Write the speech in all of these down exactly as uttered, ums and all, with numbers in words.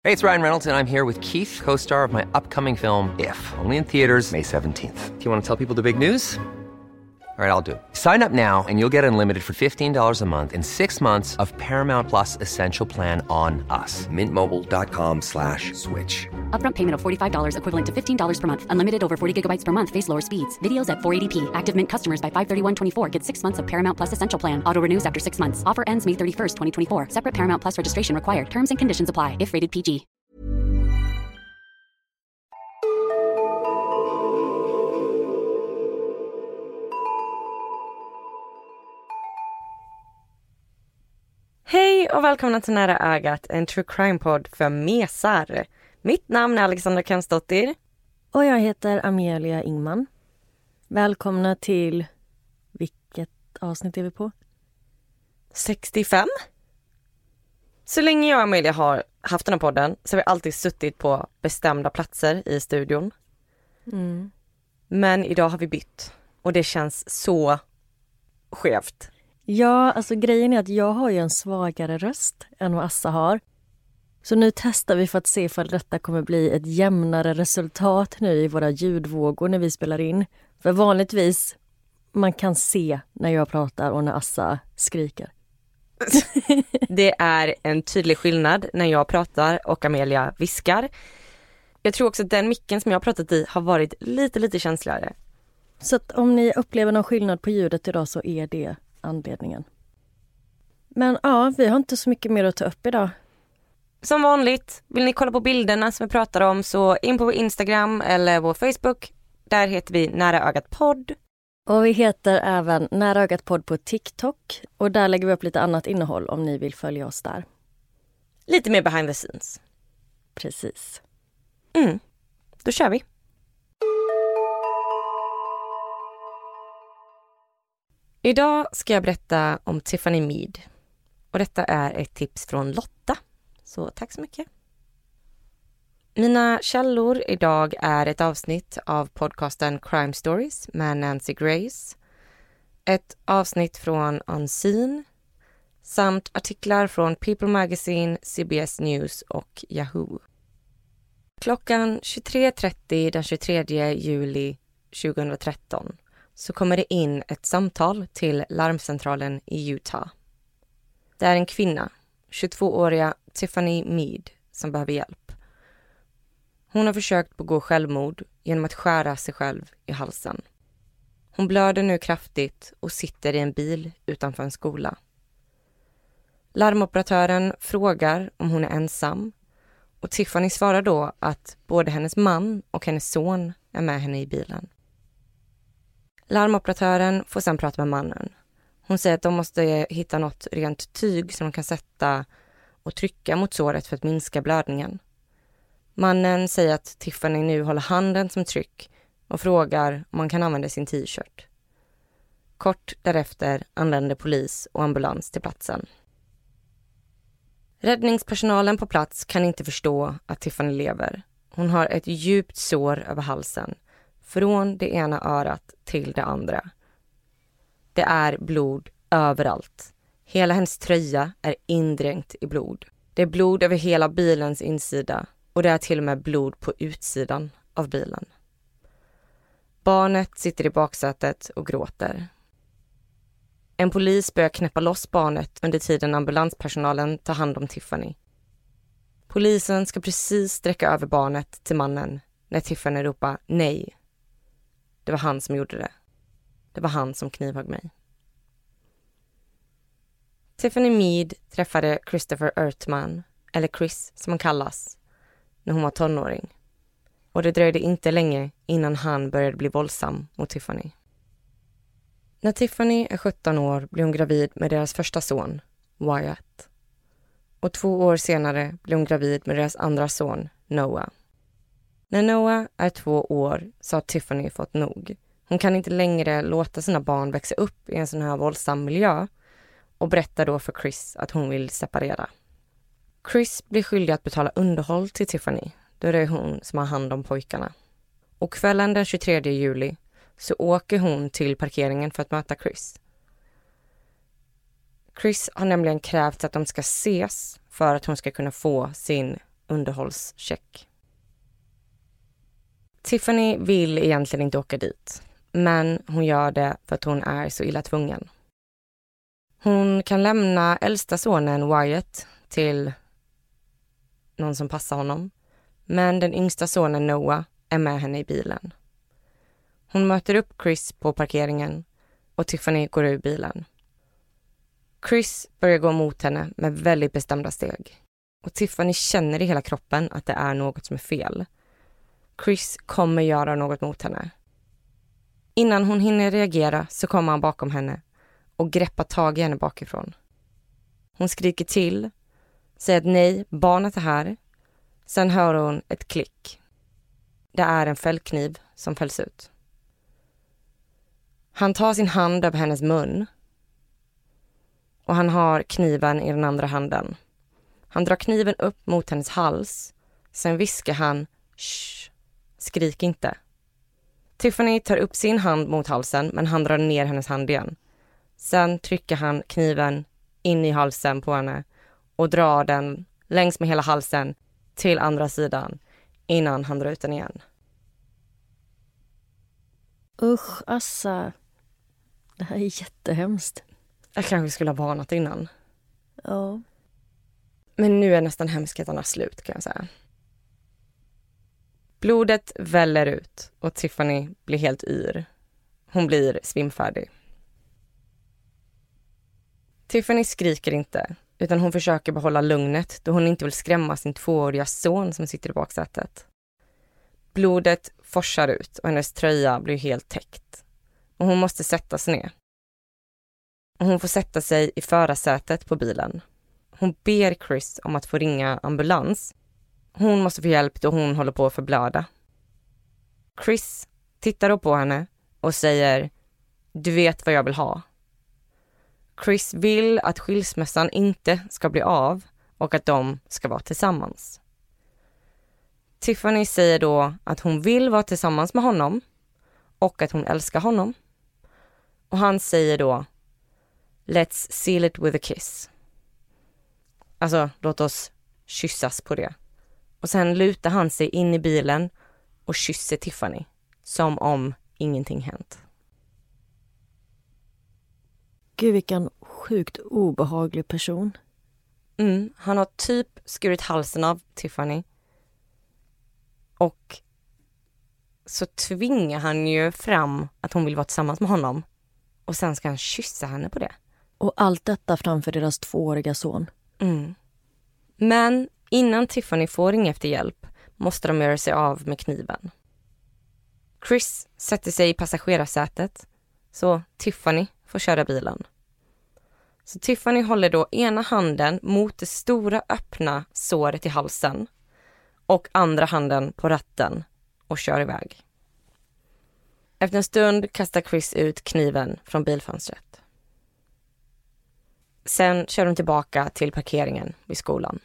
Hey, it's Ryan Reynolds, and I'm here with Keith, co-star of my upcoming film, If, only in theaters May seventeenth. Do you want to tell people the big news? All right, I'll do it. Sign up now and you'll get unlimited for fifteen dollars a month and six months of Paramount Plus Essential Plan on us. Mint Mobile dot com slash switch. Upfront payment of forty-five dollars equivalent to fifteen dollars per month. Unlimited over forty gigabytes per month. Face lower speeds. Videos at four eighty p. Active Mint customers by five thirty-one twenty-four get six months of Paramount Plus Essential Plan. Auto renews after six months. Offer ends May thirty-first, twenty twenty-four. Separate Paramount Plus registration required. Terms and conditions apply if rated P G. Hej och välkomna till Nära ögat, en true crime-podd för mesar. Mitt namn är Alexandra Kensdottir. Och jag heter Amelia Ingman. Välkomna till... Vilket avsnitt är vi på? sextiofem. Så länge jag och Amelia har haft den här podden så har vi alltid suttit på bestämda platser i studion. Mm. Men idag har vi bytt. Och det känns så skevt. Ja, alltså grejen är att jag har ju en svagare röst än vad Assa har. Så nu testar vi för att se ifall detta kommer bli ett jämnare resultat nu i våra ljudvågor när vi spelar in. För vanligtvis man kan se när jag pratar och när Assa skriker. Det är en tydlig skillnad när jag pratar och Amelia viskar. Jag tror också att den micken som jag har pratat i har varit lite, lite känsligare. Så att om ni upplever någon skillnad på ljudet idag så är det anledningen. Men ja, vi har inte så mycket mer att ta upp idag. Som vanligt, vill ni kolla på bilderna som vi pratar om så in på vår Instagram eller vår Facebook. Där heter vi Nära ögat podd. Och vi heter även Nära ögat podd på TikTok. Och där lägger vi upp lite annat innehåll om ni vill följa oss där. Lite mer behind the scenes. Precis. Mm, då kör vi. Idag ska jag berätta om Tiffany Mead. Och detta är ett tips från Lotta. Så tack så mycket. Mina källor idag är ett avsnitt av podcasten Crime Stories med Nancy Grace. Ett avsnitt från Unseen. Samt artiklar från People Magazine, C B S News och Yahoo. Klockan tjugotre trettio den tjugotredje juli tjugohundratretton så kommer det in ett samtal till larmcentralen i Utah. Det är en kvinna, tjugotvååriga Tiffany Mead, som behöver hjälp. Hon har försökt begå självmord genom att skära sig själv i halsen. Hon blöder nu kraftigt och sitter i en bil utanför en skola. Larmoperatören frågar om hon är ensam och Tiffany svarar då att både hennes man och hennes son är med henne i bilen. Larmoperatören får sedan prata med mannen. Hon säger att de måste hitta något rent tyg som de kan sätta och trycka mot såret för att minska blödningen. Mannen säger att Tiffany nu håller handen som tryck och frågar om man kan använda sin t-shirt. Kort därefter anländer polis och ambulans till platsen. Räddningspersonalen på plats kan inte förstå att Tiffany lever. Hon har ett djupt sår över halsen. Från det ena örat till det andra. Det är blod överallt. Hela hennes tröja är indränkt i blod. Det är blod över hela bilens insida. Och det är till och med blod på utsidan av bilen. Barnet sitter i baksätet och gråter. En polis börjar knäppa loss barnet under tiden ambulanspersonalen tar hand om Tiffany. Polisen ska precis sträcka över barnet till mannen när Tiffany ropar nej. Det var han som gjorde det. Det var han som knivhögg mig. Tiffany Mead träffade Christopher Ertman, eller Chris som han kallas, när hon var tonåring. Och det dröjde inte länge innan han började bli våldsam mot Tiffany. När Tiffany är sjutton år blir hon gravid med deras första son, Wyatt. Och två år senare blir hon gravid med deras andra son, Noah. När Noah är två år så har Tiffany fått nog. Hon kan inte längre låta sina barn växa upp i en sån här våldsam miljö och berättar då för Chris att hon vill separera. Chris blir skyldig att betala underhåll till Tiffany, då det är hon som har hand om pojkarna. Och kvällen den tjugotredje juli så åker hon till parkeringen för att möta Chris. Chris har nämligen krävt att de ska ses för att hon ska kunna få sin underhållscheck. Tiffany vill egentligen inte åka dit, men hon gör det för att hon är så illa tvungen. Hon kan lämna äldsta sonen Wyatt till någon som passar honom, men den yngsta sonen Noah är med henne i bilen. Hon möter upp Chris på parkeringen och Tiffany går ur bilen. Chris börjar gå mot henne med väldigt bestämda steg. Och Tiffany känner i hela kroppen att det är något som är fel. Chris kommer göra något mot henne. Innan hon hinner reagera så kommer han bakom henne och greppar tag i henne bakifrån. Hon skriker till, säger att nej, barnet är här. Sen hör hon ett klick. Det är en fällkniv som fälls ut. Han tar sin hand över hennes mun. Och han har kniven i den andra handen. Han drar kniven upp mot hennes hals. Sen viskar han, shh, skrik inte. Tiffany tar upp sin hand mot halsen, men han drar ner hennes hand igen. Sen trycker han kniven in i halsen på henne och drar den längs med hela halsen till andra sidan innan han drar ut den igen. Usch, Assa. Det här är jättehemskt. Jag kanske skulle ha varnat innan. Ja. Men nu är nästan hemskheterna slut, kan jag säga. Blodet väller ut och Tiffany blir helt yr. Hon blir svimfärdig. Tiffany skriker inte, utan hon försöker behålla lugnet då hon inte vill skrämma sin tvååriga son som sitter i baksätet. Blodet forsar ut och hennes tröja blir helt täckt. Och hon måste sätta sig ner. Och hon får sätta sig i förarsätet på bilen. Hon ber Chris om att få ringa ambulans. Hon måste få hjälp då hon håller på att förblöda. Chris tittar då på henne och säger, du vet vad jag vill ha. Chris vill att skilsmässan inte ska bli av och att de ska vara tillsammans. Tiffany säger då att hon vill vara tillsammans med honom och att hon älskar honom. Och han säger då, let's seal it with a kiss. Alltså, låt oss kyssas på det. Och sen lutar han sig in i bilen och kysser Tiffany. Som om ingenting hänt. Gud, vilken sjukt obehaglig person. Mm, han har typ skurit halsen av Tiffany. Och så tvingar han ju fram att hon vill vara tillsammans med honom. Och sen ska han kyssa henne på det. Och allt detta framför deras tvååriga son. Mm. Men innan Tiffany får ringa efter hjälp måste de göra sig av med kniven. Chris sätter sig i passagerarsätet så Tiffany får köra bilen. Så Tiffany håller då ena handen mot det stora öppna såret i halsen och andra handen på ratten och kör iväg. Efter en stund kastar Chris ut kniven från bilfönstret. Sen kör de tillbaka till parkeringen vid skolan.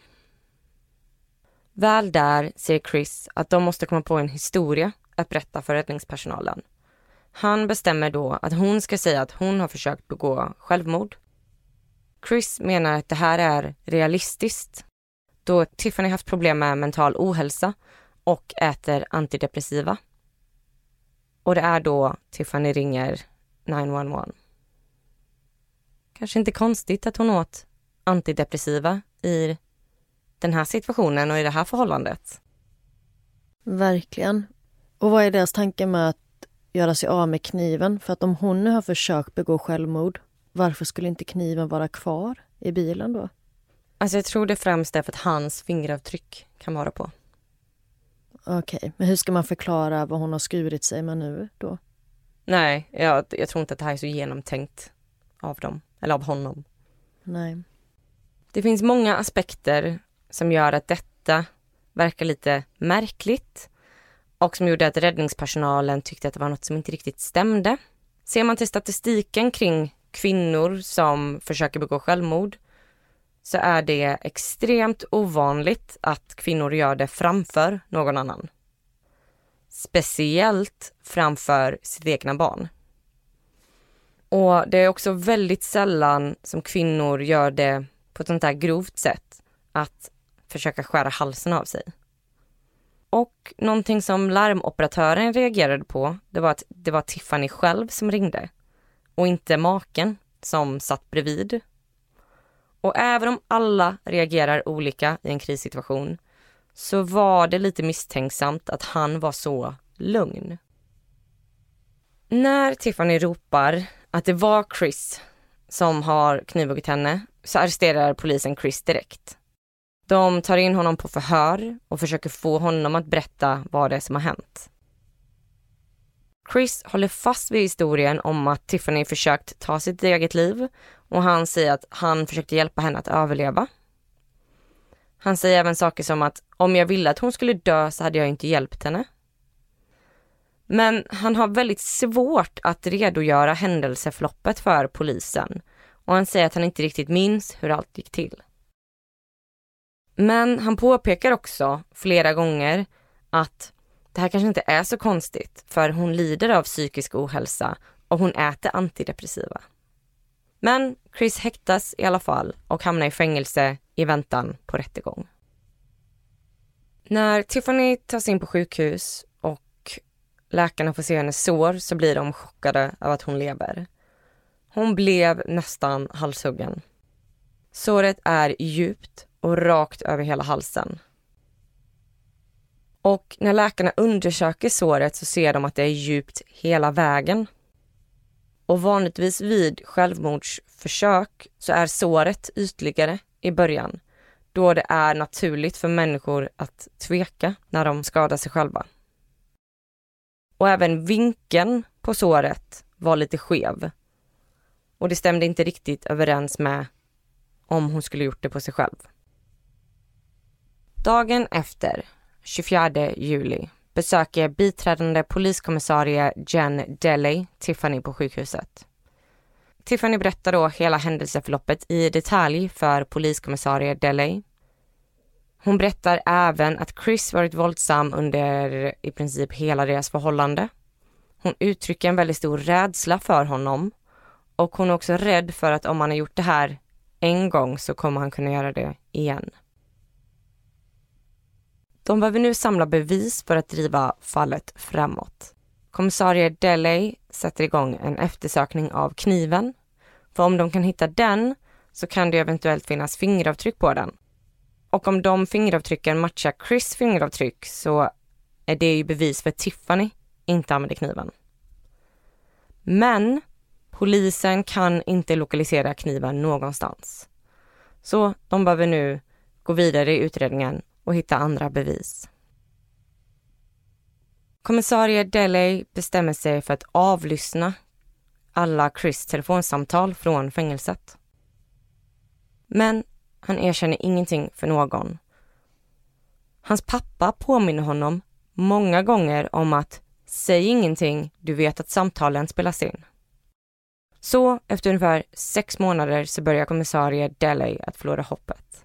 Väl där ser Chris att de måste komma på en historia att berätta för räddningspersonalen. Han bestämmer då att hon ska säga att hon har försökt begå självmord. Chris menar att det här är realistiskt då Tiffany haft problem med mental ohälsa och äter antidepressiva. Och det är då Tiffany ringer nio ett ett. Kanske inte konstigt att hon åt antidepressiva i den här situationen och i det här förhållandet. Verkligen. Och vad är deras tanke med att göra sig av med kniven? För att om hon nu har försökt begå självmord, varför skulle inte kniven vara kvar i bilen då? Alltså jag tror det främst är för att hans fingeravtryck kan vara på. Okej, okay. Men hur ska man förklara vad hon har skurit sig med nu då? Nej, jag, jag tror inte att det här är så genomtänkt av dem, eller av honom. Nej. Det finns många aspekter som gör att detta verkar lite märkligt och som gjorde att räddningspersonalen tyckte att det var något som inte riktigt stämde. Ser man till statistiken kring kvinnor som försöker begå självmord så är det extremt ovanligt att kvinnor gör det framför någon annan. Speciellt framför sitt egna barn. Och det är också väldigt sällan som kvinnor gör det på ett sånt här grovt sätt att försöka skära halsen av sig. Och någonting som larmoperatören reagerade på, det var att det var Tiffany själv som ringde och inte maken som satt bredvid. Och även om alla reagerar olika i en krissituation så var det lite misstänksamt att han var så lugn. När Tiffany ropar att det var Chris som har knivhuggit henne så arresterar polisen Chris direkt. De tar in honom på förhör och försöker få honom att berätta vad det är som har hänt. Chris håller fast vid historien om att Tiffany försökt ta sitt eget liv och han säger att han försökte hjälpa henne att överleva. Han säger även saker som att om jag ville att hon skulle dö så hade jag inte hjälpt henne. Men han har väldigt svårt att redogöra händelseförloppet för polisen och han säger att han inte riktigt minns hur allt gick till. Men han påpekar också flera gånger att det här kanske inte är så konstigt för hon lider av psykisk ohälsa och hon äter antidepressiva. Men Chris häktas i alla fall och hamnar i fängelse i väntan på rättegång. När Tiffany tas in på sjukhus och läkarna får se hennes sår så blir de chockade av att hon lever. Hon blev nästan halshuggen. Såret är djupt och rakt över hela halsen. Och när läkarna undersöker såret så ser de att det är djupt hela vägen. Och vanligtvis vid självmordsförsök så är såret ytligare i början, då det är naturligt för människor att tveka när de skadar sig själva. Och även vinkeln på såret var lite skev. Och det stämde inte riktigt överens med om hon skulle gjort det på sig själv. Dagen efter, tjugofjärde juli, besöker biträdande poliskommissarie Jen Deley Tiffany på sjukhuset. Tiffany berättar då hela händelseförloppet i detalj för poliskommissarie Deley. Hon berättar även att Chris varit våldsam under i princip hela deras förhållande. Hon uttrycker en väldigt stor rädsla för honom och hon är också rädd för att om han har gjort det här en gång så kommer han kunna göra det igen. De behöver nu samla bevis för att driva fallet framåt. Kommissarie Deley sätter igång en eftersökning av kniven. För om de kan hitta den så kan det eventuellt finnas fingeravtryck på den. Och om de fingeravtrycken matchar Chris fingeravtryck så är det ju bevis för att Tiffany inte använde kniven. Men polisen kan inte lokalisera kniven någonstans. Så de behöver nu gå vidare i utredningen och hitta andra bevis. Kommissarie Deley bestämmer sig för att avlyssna alla Chris telefonsamtal från fängelset. Men han erkänner ingenting för någon. Hans pappa påminner honom många gånger om att säg ingenting, du vet att samtalen spelas in. Så efter ungefär sex månader så börjar kommissarie Deley att förlora hoppet.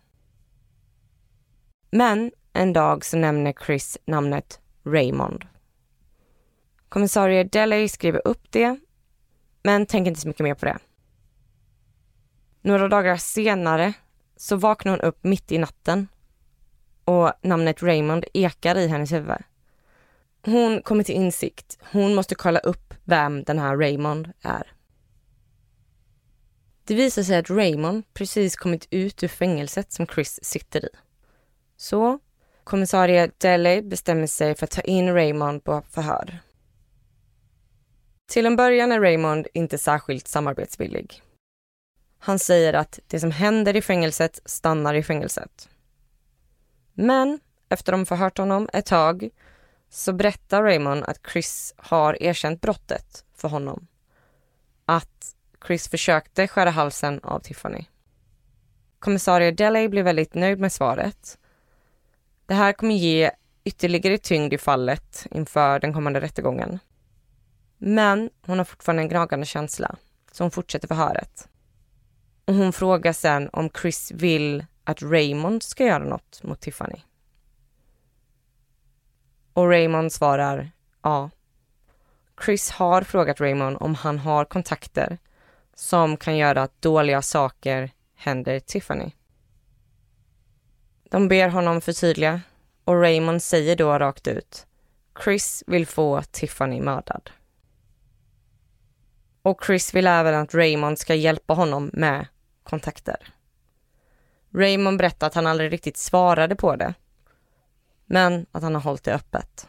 Men en dag så nämner Chris namnet Raymond. Kommissarie Deley skriver upp det, men tänker inte så mycket mer på det. Några dagar senare så vaknar hon upp mitt i natten och namnet Raymond ekar i hennes huvud. Hon kommer till insikt. Hon måste kolla upp vem den här Raymond är. Det visar sig att Raymond precis kommit ut ur fängelset som Chris sitter i. Så kommissarie Deley bestämmer sig för att ta in Raymond på förhör. Till en början är Raymond inte särskilt samarbetsvillig. Han säger att det som händer i fängelset stannar i fängelset. Men efter de förhört honom ett tag så berättar Raymond att Chris har erkänt brottet för honom. Att Chris försökte skära halsen av Tiffany. Kommissarie Deley blir väldigt nöjd med svaret. Det här kommer ge ytterligare tyngd i fallet inför den kommande rättegången. Men hon har fortfarande en gnagande känsla, så hon fortsätter förhöret. Och hon frågar sen om Chris vill att Raymond ska göra något mot Tiffany. Och Raymond svarar ja. Chris har frågat Raymond om han har kontakter som kan göra att dåliga saker händer Tiffany. De ber honom förtydliga och Raymond säger då rakt ut: Chris vill få Tiffany mördad. Och Chris vill även att Raymond ska hjälpa honom med kontakter. Raymond berättar att han aldrig riktigt svarade på det, men att han har hållit det öppet.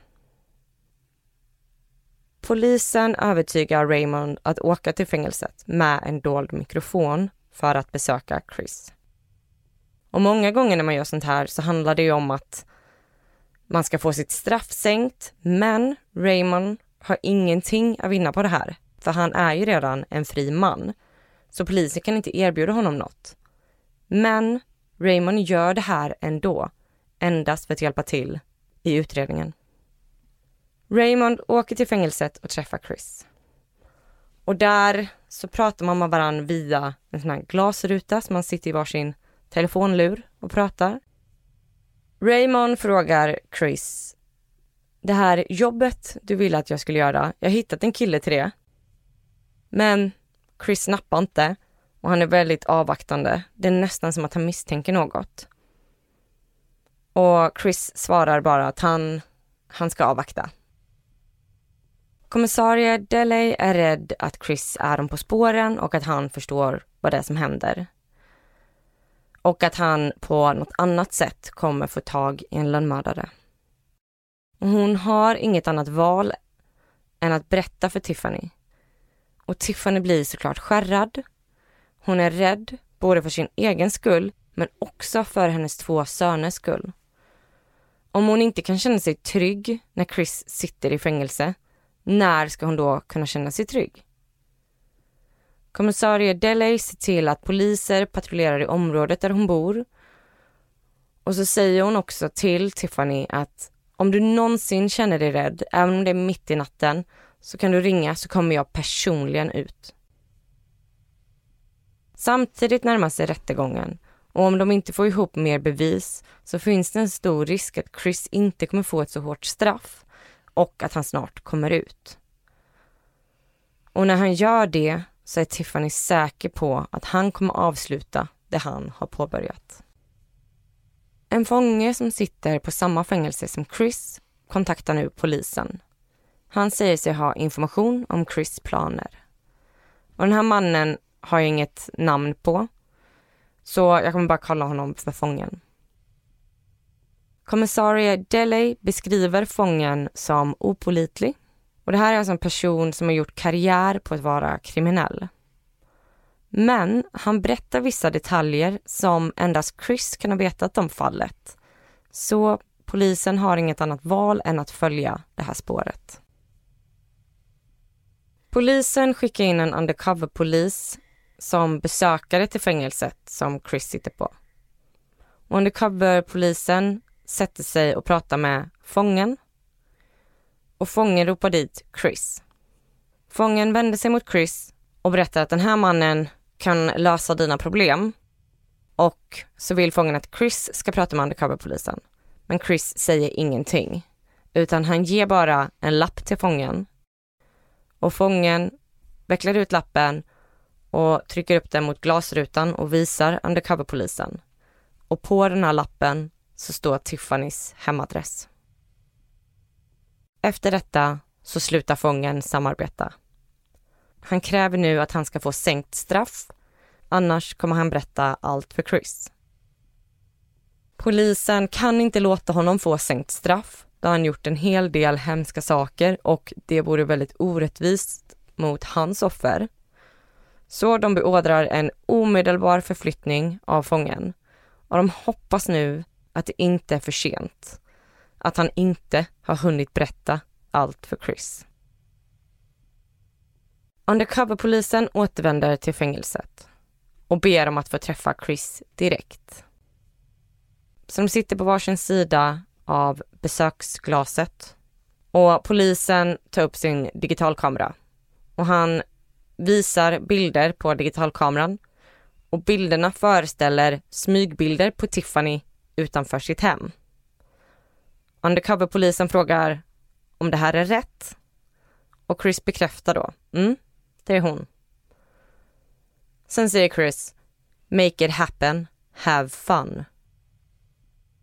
Polisen övertygar Raymond att åka till fängelset med en dold mikrofon för att besöka Chris. Och många gånger när man gör sånt här så handlar det ju om att man ska få sitt straff sänkt, men Raymond har ingenting att vinna på det här, för han är ju redan en fri man. Så polisen kan inte erbjuda honom något. Men Raymond gör det här ändå, endast för att hjälpa till i utredningen. Raymond åker till fängelset och träffar Chris. Och där så pratar man med varandra via en sån här glasruta, så man sitter i varsin telefonlur och pratar. Raymond frågar Chris: det här jobbet du ville att jag skulle göra, jag har hittat en kille till det. Men Chris nappar inte och han är väldigt avvaktande. Det är nästan som att han misstänker något. Och Chris svarar bara att han, han ska avvakta. Kommissarie Delay är rädd att Chris är dem på spåren och att han förstår vad det är som händer. Och att han på något annat sätt kommer få tag i en lönnmördare. Hon har inget annat val än att berätta för Tiffany. Och Tiffany blir såklart skärrad. Hon är rädd både för sin egen skull men också för hennes två söners skull. Om hon inte kan känna sig trygg när Chris sitter i fängelse, när ska hon då kunna känna sig trygg? Kommissarie Delay ser till att poliser patrullerar i området där hon bor. Och så säger hon också till Tiffany att om du någonsin känner dig rädd, även om det är mitt i natten, så kan du ringa, så kommer jag personligen ut. Samtidigt närmar sig rättegången, och om de inte får ihop mer bevis så finns det en stor risk att Chris inte kommer få ett så hårt straff och att han snart kommer ut. Och när han gör det så är Tiffany säker på att han kommer avsluta det han har påbörjat. En fånge som sitter på samma fängelse som Chris kontaktar nu polisen. Han säger sig ha information om Chris planer. Och den här mannen har jag inget namn på, så jag kommer bara kalla honom för fången. Kommissarie Delay beskriver fången som opålitlig. Och det här är alltså en person som har gjort karriär på att vara kriminell. Men han berättar vissa detaljer som endast Chris kan ha vetat om fallet. Så polisen har inget annat val än att följa det här spåret. Polisen skickar in en undercover-polis som besökare till fängelset som Chris sitter på. Och undercover-polisen sätter sig och pratar med fången. Och fången ropar dit Chris. Fången vänder sig mot Chris och berättar att den här mannen kan lösa dina problem. Och så vill fången att Chris ska prata med undercover-polisen. Men Chris säger ingenting. Utan han ger bara en lapp till fången. Och fången vecklar ut lappen och trycker upp den mot glasrutan och visar undercover-polisen. Och på den här lappen så står Tiffany's hemadress. Efter detta så slutar fången samarbeta. Han kräver nu att han ska få sänkt straff, annars kommer han berätta allt för Chris. Polisen kan inte låta honom få sänkt straff, då han gjort en hel del hemska saker och det vore väldigt orättvist mot hans offer. Så de beordrar en omedelbar förflyttning av fången. Och de hoppas nu att det inte är för sent. Att han inte har hunnit berätta allt för Chris. Undercover-polisen återvänder till fängelset och ber om att få träffa Chris direkt. Så de sitter på varsin sida av besöksglaset och polisen tar upp sin digitalkamera. Och han visar bilder på digitalkameran och bilderna föreställer smygbilder på Tiffany utanför sitt hem. Undercover-polisen frågar om det här är rätt och Chris bekräftar då. Mm, det är hon. Sen säger Chris: make it happen, have fun.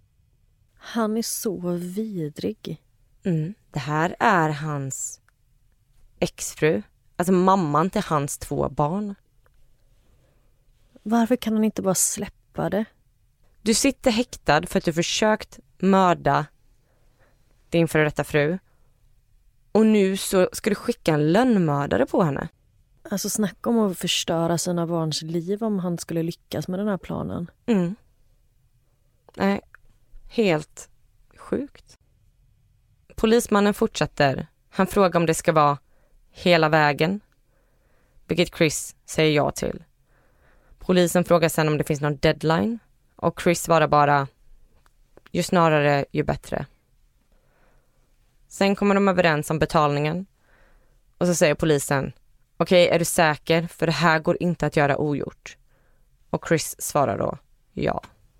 Han är så vidrig. Mm. Det här är hans exfru. Alltså mamman till hans två barn. Varför kan han inte bara släppa det? Du sitter häktad för att du försökt mörda din före detta fru. Och nu så ska du skicka en lönnmördare på henne. Alltså snacka om att förstöra sina barns liv om han skulle lyckas med den här planen. Mm. Nej, helt sjukt. Polismannen fortsätter. Han frågar om det ska vara hela vägen. Vilket Chris säger ja till. Polisen frågar sen om det finns någon deadline. Och Chris svarar bara, ju snarare ju bättre. Sen kommer de överens om betalningen. Och så säger polisen, okej, okay, är du säker? För det här går inte att göra ogjort. Och Chris svarar då, ja.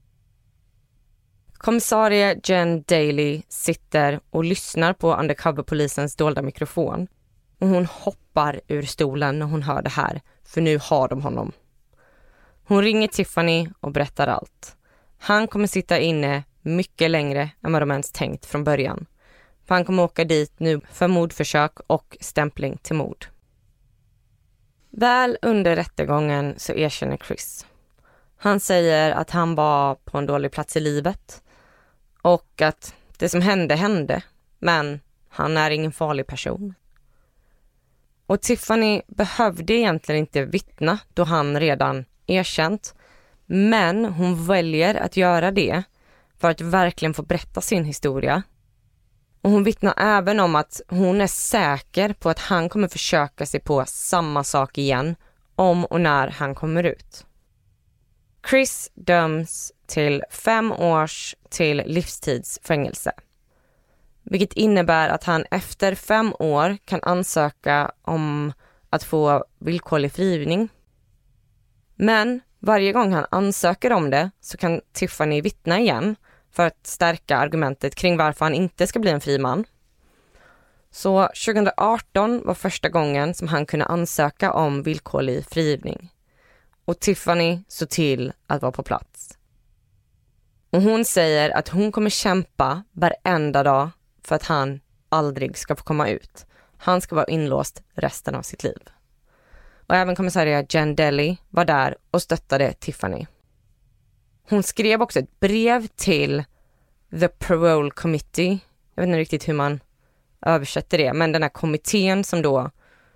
Kommissarie Jen Daly sitter och lyssnar på undercover-polisens dolda mikrofon. Och hon hoppar ur stolen när hon hör det här. För nu har de honom. Hon ringer Tiffany och berättar allt. Han kommer sitta inne mycket längre än vad de ens tänkt från början. För han kommer åka dit nu för mordförsök och stämpling till mord. Väl under rättegången så erkänner Chris. Han säger att han var på en dålig plats i livet. Och att det som hände hände. Men han är ingen farlig person. Och Tiffany behövde egentligen inte vittna då han redan erkänt. Men hon väljer att göra det för att verkligen få berätta sin historia. Och hon vittnar även om att hon är säker på att han kommer försöka sig på samma sak igen om och när han kommer ut. Chris döms till fem års till livstidsfängelse. Vilket innebär att han efter fem år kan ansöka om att få villkorlig frigivning. Men varje gång han ansöker om det så kan Tiffany vittna igen för att stärka argumentet kring varför han inte ska bli en fri man. Så tjugo arton var första gången som han kunde ansöka om villkorlig frigivning. Och Tiffany såg till att vara på plats. Och hon säger att hon kommer kämpa varenda dag för att han aldrig ska få komma ut. Han ska vara inlåst resten av sitt liv. Och även kommissarie Jen Daly var där och stöttade Tiffany. Hon skrev också ett brev till The Parole Committee. Jag vet inte riktigt hur man översätter det. Men den här kommittén som då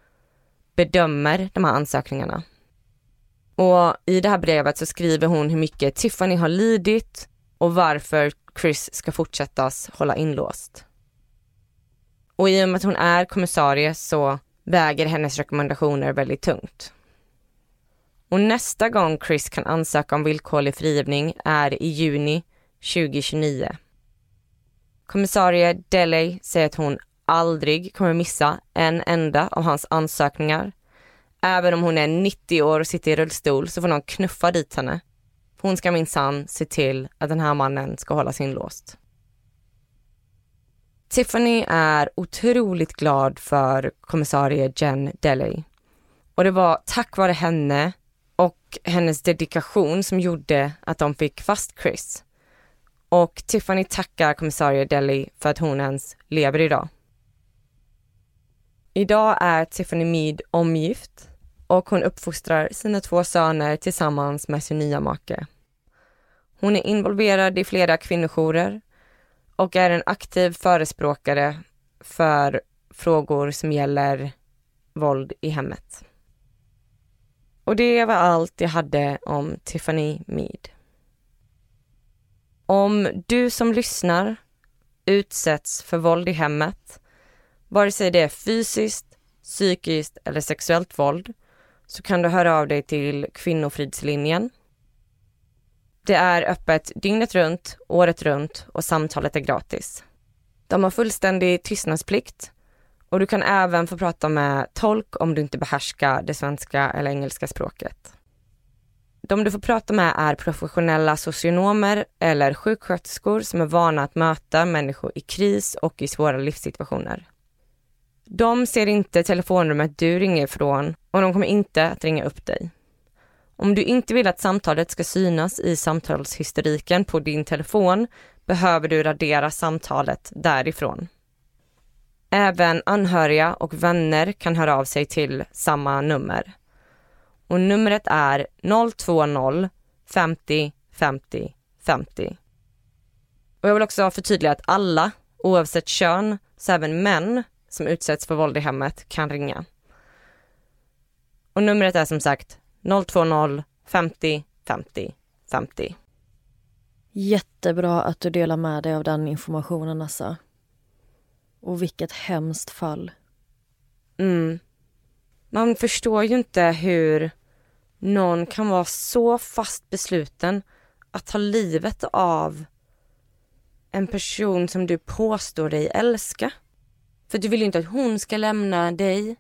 bedömer de här ansökningarna. Och i det här brevet så skriver hon hur mycket Tiffany har lidit och varför Chris ska fortsättas hålla inlåst. Och i och med att hon är kommissarie så väger hennes rekommendationer väldigt tungt. Och nästa gång Chris kan ansöka om villkorlig frigivning är i juni tjugo tjugonio. Kommissarie Daly säger att hon aldrig kommer missa en enda av hans ansökningar. Även om hon är nittio år och sitter i rullstol så får någon knuffa dit henne. Hon ska minsann se till att den här mannen ska hållas inlåst. Tiffany är otroligt glad för kommissarie Jen Daly. Och det var tack vare henne och hennes dedikation som gjorde att de fick fast Chris. Och Tiffany tackar kommissarie Daly för att hon ens lever idag. Idag är Tiffany Mead omgift och hon uppfostrar sina två söner tillsammans med sin nya make. Hon är involverad i flera kvinnojourer och är en aktiv förespråkare för frågor som gäller våld i hemmet. Och det var allt jag hade om Tiffany Mead. Om du som lyssnar utsätts för våld i hemmet, vare sig det är fysiskt, psykiskt eller sexuellt våld, så kan du höra av dig till Kvinnofridslinjen. Det är öppet dygnet runt, året runt och samtalet är gratis. De har fullständig tystnadsplikt och du kan även få prata med tolk om du inte behärskar det svenska eller engelska språket. De du får prata med är professionella socionomer eller sjuksköterskor som är vana att möta människor i kris och i svåra livssituationer. De ser inte telefonnumret du ringer ifrån och de kommer inte att ringa upp dig. Om du inte vill att samtalet ska synas i samtalshistoriken på din telefon behöver du radera samtalet därifrån. Även anhöriga och vänner kan höra av sig till samma nummer. Och numret är noll två noll femtio femtio femtio. Och jag vill också förtydliga att alla, oavsett kön, så även män som utsätts för våld i hemmet kan ringa. Och numret är som sagt noll två noll femtio femtio femtio. Jättebra att du delar med dig av den informationen, Assa. Och vilket hemskt fall. Mm. Man förstår ju inte hur någon kan vara så fast besluten att ta livet av en person som du påstår dig älska. För du vill ju inte att hon ska lämna dig.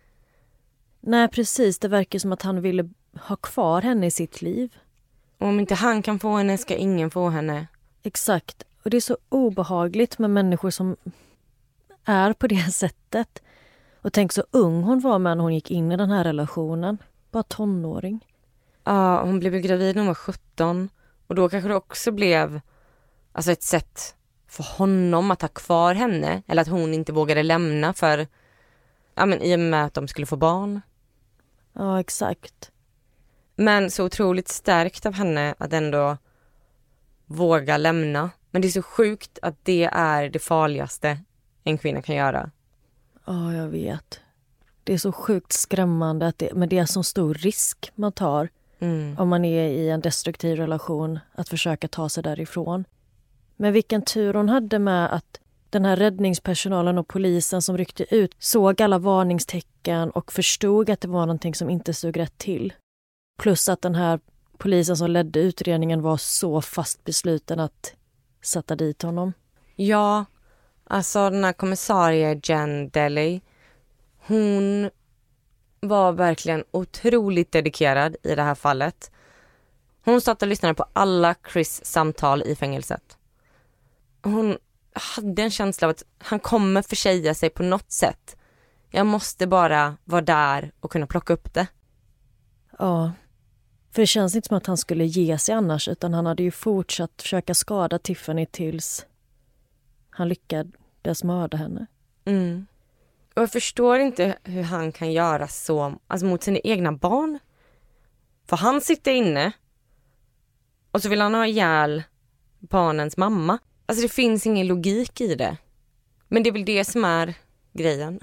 Nej, precis. Det verkar som att han ville ha kvar henne i sitt liv. Och om inte han kan få henne ska ingen få henne. Exakt. Och det är så obehagligt med människor som är på det sättet. Och tänk så ung hon var när hon gick in i den här relationen. Bara tonåring. Ja, hon blev gravid när hon var sjutton. Och då kanske det också blev alltså ett sätt för honom att ha kvar henne. Eller att hon inte vågade lämna för ja, men i och med att de skulle få barn. Ja, exakt. Men så otroligt stärkt av henne att ändå våga lämna. Men det är så sjukt att det är det farligaste en kvinna kan göra. Ja, jag vet. Det är så sjukt skrämmande att det, men det är så stor risk man tar mm. om man är i en destruktiv relation att försöka ta sig därifrån. Men vilken tur hon hade med att den här räddningspersonalen och polisen som ryckte ut såg alla varningstecken och förstod att det var någonting som inte såg rätt till. Plus att den här polisen som ledde utredningen var så fast besluten att sätta dit honom. Ja, alltså den här kommissarie Jen Deley, hon var verkligen otroligt dedikerad i det här fallet. Hon satt och lyssnade på alla Chris samtal i fängelset. Hon hade en känsla av att han kommer försäga sig på något sätt. Jag måste bara vara där och kunna plocka upp det. Ja, för det känns inte som att han skulle ge sig annars, utan han hade ju fortsatt försöka skada Tiffany tills han lyckades mörda henne. Mm. Och jag förstår inte hur han kan göra så alltså mot sina egna barn. För han sitter inne och så vill han ha ihjäl barnens mamma. Alltså det finns ingen logik i det. Men det är väl det som är grejen.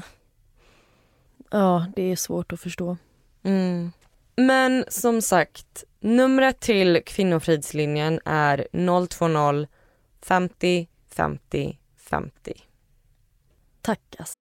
Ja, det är svårt att förstå. Mm. Men som sagt, numret till Kvinnofridslinjen är noll två noll femtio femtio femtio. Tack. Ass.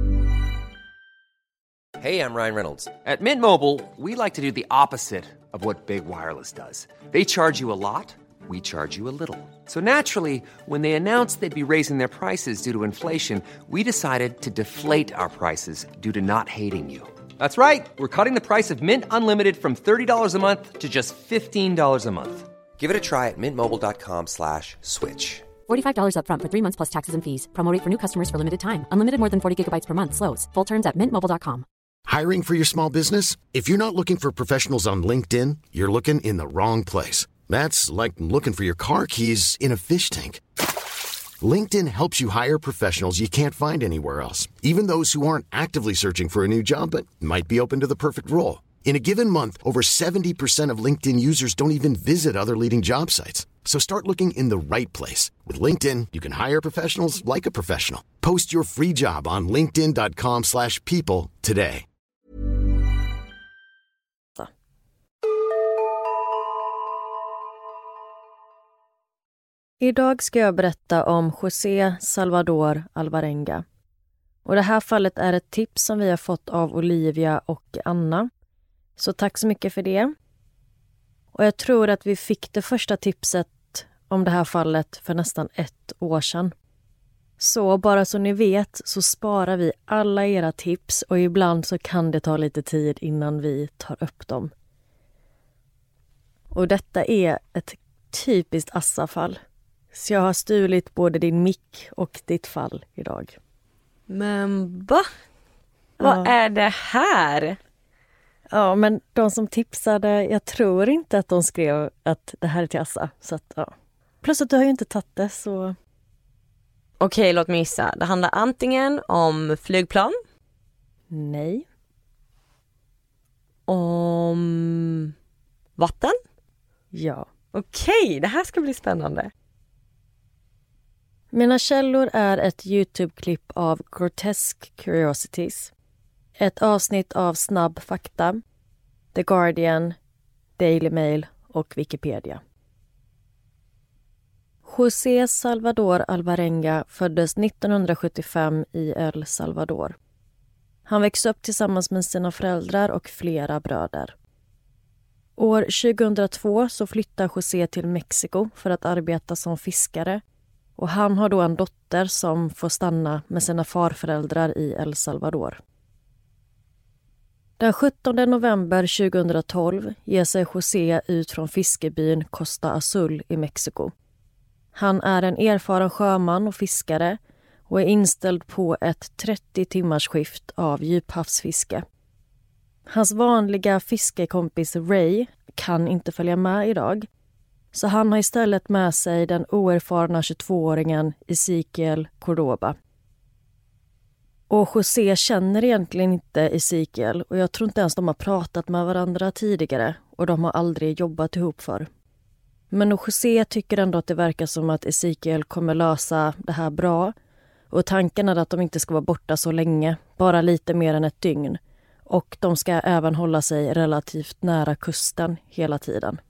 Hey, I'm Ryan Reynolds. At Mint Mobile, we like to do the opposite of what Big Wireless does. They charge you a lot, we charge you a little. So naturally, when they announced they'd be raising their prices due to inflation, we decided to deflate our prices due to not hating you. That's right. We're cutting the price of Mint Unlimited from thirty dollars a month to just fifteen dollars a month. Give it a try at mintmobile.com slash switch. forty-five dollars up front for three months plus taxes and fees. Promo rate for new customers for limited time. Unlimited more than forty gigabytes per month. Slows full terms at mint mobile dot com. Hiring for your small business? If you're not looking for professionals on LinkedIn, you're looking in the wrong place. That's like looking for your car keys in a fish tank. LinkedIn helps you hire professionals you can't find anywhere else, even those who aren't actively searching for a new job but might be open to the perfect role. In a given month, over seventy percent of LinkedIn users don't even visit other leading job sites. So start looking in the right place. With LinkedIn, you can hire professionals like a professional. Post your free job on linkedin dot com slash people today. Idag ska jag berätta om José Salvador Alvarenga. Och det här fallet är ett tips som vi har fått av Olivia och Anna. Så tack så mycket för det. Och jag tror att vi fick det första tipset om det här fallet för nästan ett år sedan. Så bara så ni vet så sparar vi alla era tips och ibland så kan det ta lite tid innan vi tar upp dem. Och detta är ett typiskt Assa-fall. Så jag har stulit både din mick och ditt fall idag. Men va? Vad ja. är det här? Ja, men de som tipsade, jag tror inte att de skrev att det här är till Assa. Så att, ja. Plus att du har ju inte tagit det så... Okej, låt mig gissa. Det handlar antingen om flygplan. Nej. Om vatten. Ja. Okej, det här ska bli spännande. Mina källor är ett YouTube-klipp av Grotesque Curiosities, ett avsnitt av Snabb fakta, The Guardian, Daily Mail och Wikipedia. José Salvador Alvarenga föddes nittonhundrasjuttiofem i El Salvador. Han växte upp tillsammans med sina föräldrar och flera bröder. År tjugohundratvå så flyttar José till Mexiko för att arbeta som fiskare, och han har då en dotter som får stanna med sina farföräldrar i El Salvador. Den sjuttonde november tjugohundratolv ger sig José ut från fiskebyn Costa Azul i Mexiko. Han är en erfaren sjöman och fiskare och är inställd på ett trettio timmars skift av djuphavsfiske. Hans vanliga fiskekompis Ray kan inte följa med idag, så han har istället med sig den oerfarna tjugotvååringen Ezequiel Cordoba. Och José känner egentligen inte Ezequiel, och jag tror inte ens de har pratat med varandra tidigare, och de har aldrig jobbat ihop för. Men José tycker ändå att det verkar som att Ezequiel kommer lösa det här bra, och tanken är att de inte ska vara borta så länge, bara lite mer än ett dygn, och de ska även hålla sig relativt nära kusten hela tiden.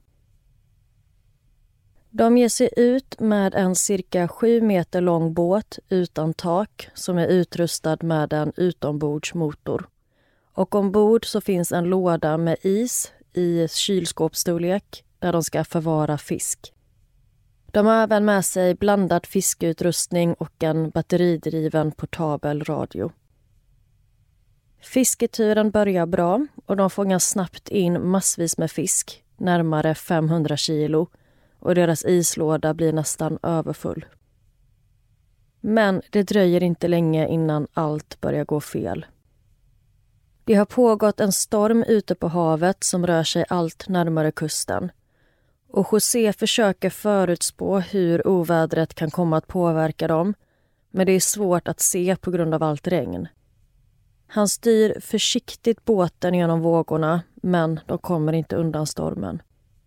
De ger sig ut med en cirka sju meter lång båt utan tak som är utrustad med en utombordsmotor. Och ombord så finns en låda med is i kylskåpsstorlek där de ska förvara fisk. De har även med sig blandad fiskeutrustning och en batteridriven portabel radio. Fisketuren börjar bra och de fångar snabbt in massvis med fisk, närmare femhundra kilo, och deras islåda blir nästan överfull. Men det dröjer inte länge innan allt börjar gå fel. Det har pågått en storm ute på havet som rör sig allt närmare kusten. Och José försöker förutspå hur ovädret kan komma att påverka dem, men det är svårt att se på grund av allt regn. Han styr försiktigt båten genom vågorna, men de kommer inte undan stormen.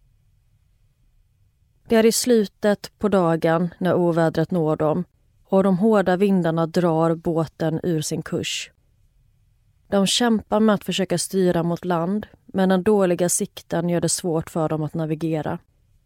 Det är i slutet på dagen när ovädret når dem, och de hårda vindarna drar båten ur sin kurs. De kämpar med att försöka styra mot land, men den dåliga sikten gör det svårt för dem att navigera.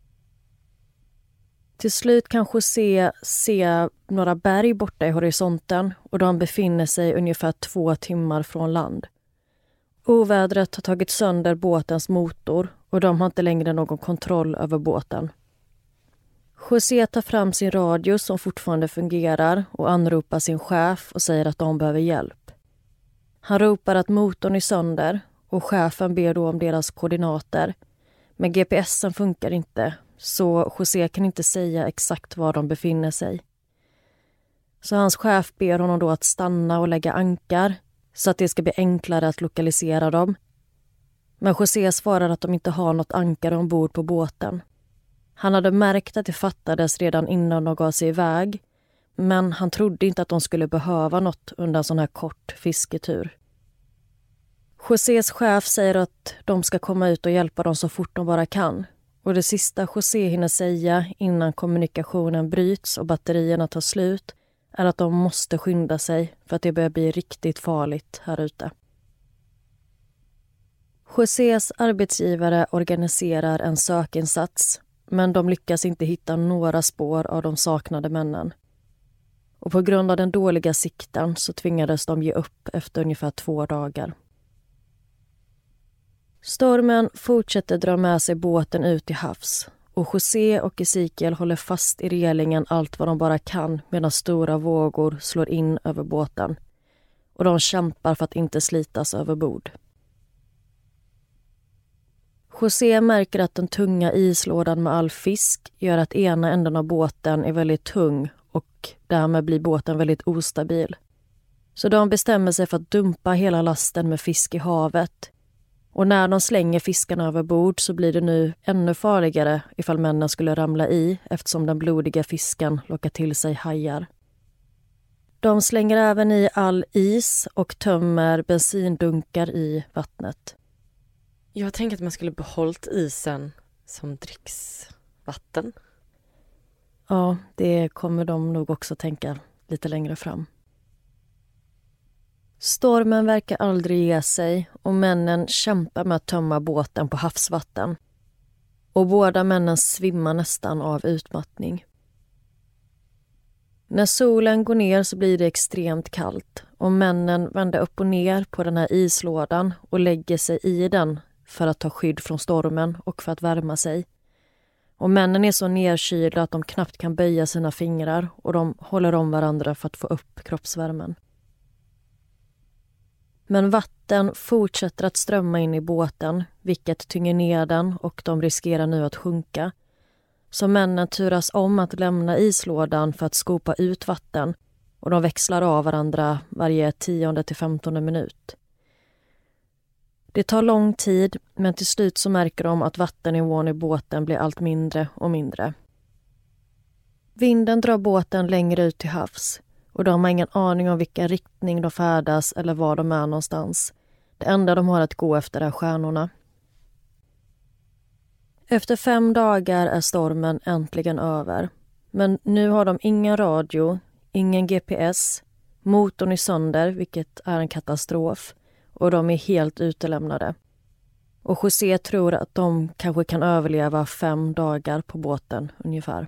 Till slut kan José se några berg borta i horisonten, och de befinner sig ungefär två timmar från land. Ovädret har tagit sönder båtens motor, och de har inte längre någon kontroll över båten. José tar fram sin radio som fortfarande fungerar och anropar sin chef och säger att de behöver hjälp. Han ropar att motorn är sönder, och chefen ber då om deras koordinater. Men G P S'en funkar inte, så José kan inte säga exakt var de befinner sig. Så hans chef ber honom då att stanna och lägga ankar så att det ska bli enklare att lokalisera dem. Men José svarar att de inte har något ankar ombord på båten. Han hade märkt att det fattades redan innan de gav sig iväg, men han trodde inte att de skulle behöva något under en sån här kort fisketur. Josés chef säger att de ska komma ut och hjälpa dem så fort de bara kan. Och det sista José hinner säga innan kommunikationen bryts och batterierna tar slut är att de måste skynda sig för att det börjar bli riktigt farligt här ute. Josés arbetsgivare organiserar en sökinsats, men de lyckas inte hitta några spår av de saknade männen. Och på grund av den dåliga sikten så tvingades de ge upp efter ungefär två dagar. Stormen fortsätter dra med sig båten ut till havs, och José och Ezequiel håller fast i relingen allt vad de bara kan medan stora vågor slår in över båten, och de kämpar för att inte slitas över bord. José märker att den tunga islådan med all fisk gör att ena änden av båten är väldigt tung, och därmed blir båten väldigt ostabil. Så de bestämmer sig för att dumpa hela lasten med fisk i havet. Och när de slänger fiskarna över bord så blir det nu ännu farligare ifall männen skulle ramla i eftersom den blodiga fisken lockar till sig hajar. De slänger även i all is och tömmer bensindunkar i vattnet. Jag tänker att man skulle behållit isen som dricksvatten. Ja, det kommer de nog också tänka lite längre fram. Stormen verkar aldrig ge sig och männen kämpar med att tömma båten på havsvatten. Och båda männen svimmar nästan av utmattning. När solen går ner så blir det extremt kallt och männen vänder upp och ner på den här islådan och lägger sig i den för att ta skydd från stormen och för att värma sig. Och männen är så nerkylda att de knappt kan böja sina fingrar och de håller om varandra för att få upp kroppsvärmen. Men vatten fortsätter att strömma in i båten, vilket tynger ner den och de riskerar nu att sjunka. Så männen turas om att lämna islådan för att skopa ut vatten och de växlar av varandra varje tionde till femtonde minut. Det tar lång tid, men till slut så märker de att vattennivån i båten blir allt mindre och mindre. Vinden drar båten längre ut till havs och de har ingen aning om vilken riktning de färdas eller var de är någonstans. Det enda de har att gå efter är stjärnorna. Efter fem dagar är stormen äntligen över. Men nu har de ingen radio, ingen G P S, motorn är sönder, vilket är en katastrof. Och de är helt utelämnade. Och José tror att de kanske kan överleva fem dagar på båten ungefär.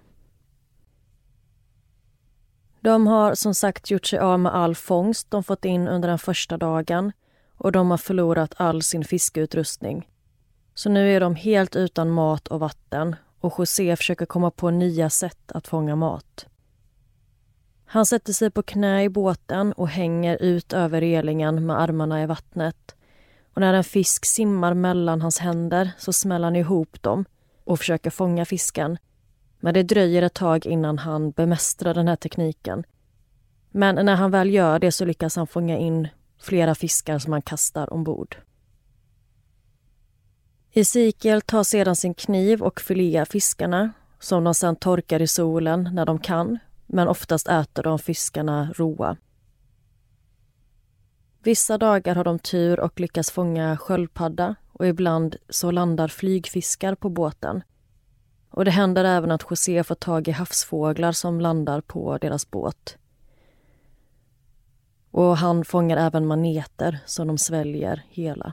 De har som sagt gjort sig av med all fångst de fått in under den första dagen. Och de har förlorat all sin fiskeutrustning. Så nu är de helt utan mat och vatten. Och José försöker komma på nya sätt att fånga mat. Han sätter sig på knä i båten och hänger ut över relingen med armarna i vattnet. Och när en fisk simmar mellan hans händer så smäller han ihop dem och försöker fånga fisken. Men det dröjer ett tag innan han bemästrar den här tekniken. Men när han väl gör det så lyckas han fånga in flera fiskar som han kastar ombord. Ezekiel tar sedan sin kniv och filear fiskarna som de sedan torkar i solen när de kan. Men oftast äter de fiskarna råa. Vissa dagar har de tur och lyckas fånga sköldpadda och ibland så landar flygfiskar på båten. Och det händer även att José får tag i havsfåglar som landar på deras båt. Och han fångar även maneter som de sväljer hela.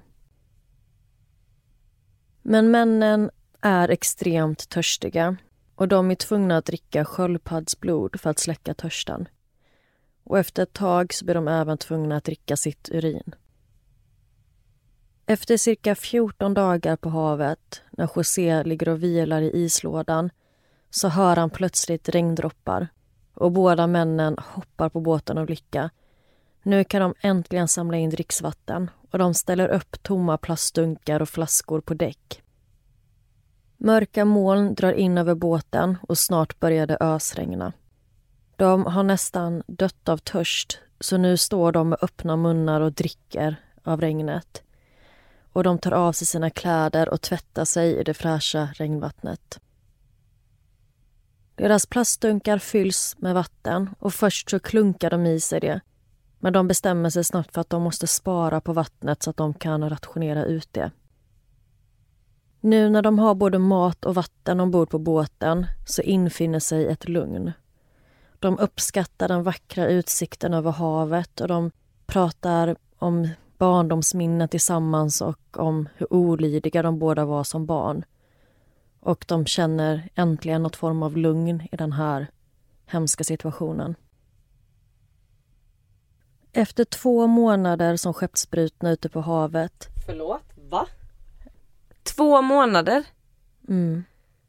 Men männen är extremt törstiga. Och de är tvungna att dricka sköldpaddsblod för att släcka törsten. Och efter ett tag så blir de även tvungna att dricka sitt urin. Efter cirka fjorton dagar på havet, när José ligger och vilar i islådan, så hör han plötsligt regndroppar. Och båda männen hoppar på båten av lycka. Nu kan de äntligen samla in dricksvatten och de ställer upp tomma plastdunkar och flaskor på däck. Mörka moln drar in över båten och snart börjar det ösregna. De har nästan dött av törst så nu står de med öppna munnar och dricker av regnet. Och de tar av sig sina kläder och tvättar sig i det fräscha regnvattnet. Deras plastdunkar fylls med vatten och först så klunkar de i sig det. Men de bestämmer sig snart för att de måste spara på vattnet så att de kan rationera ut det. Nu när de har både mat och vatten ombord på båten så infinner sig ett lugn. De uppskattar den vackra utsikten över havet och de pratar om barndomsminnen tillsammans och om hur olydiga de båda var som barn. Och de känner äntligen något form av lugn i den här hemska situationen. Efter två månader som skeppsbrutna ute på havet... Förlåt, va? Två månader? Mm.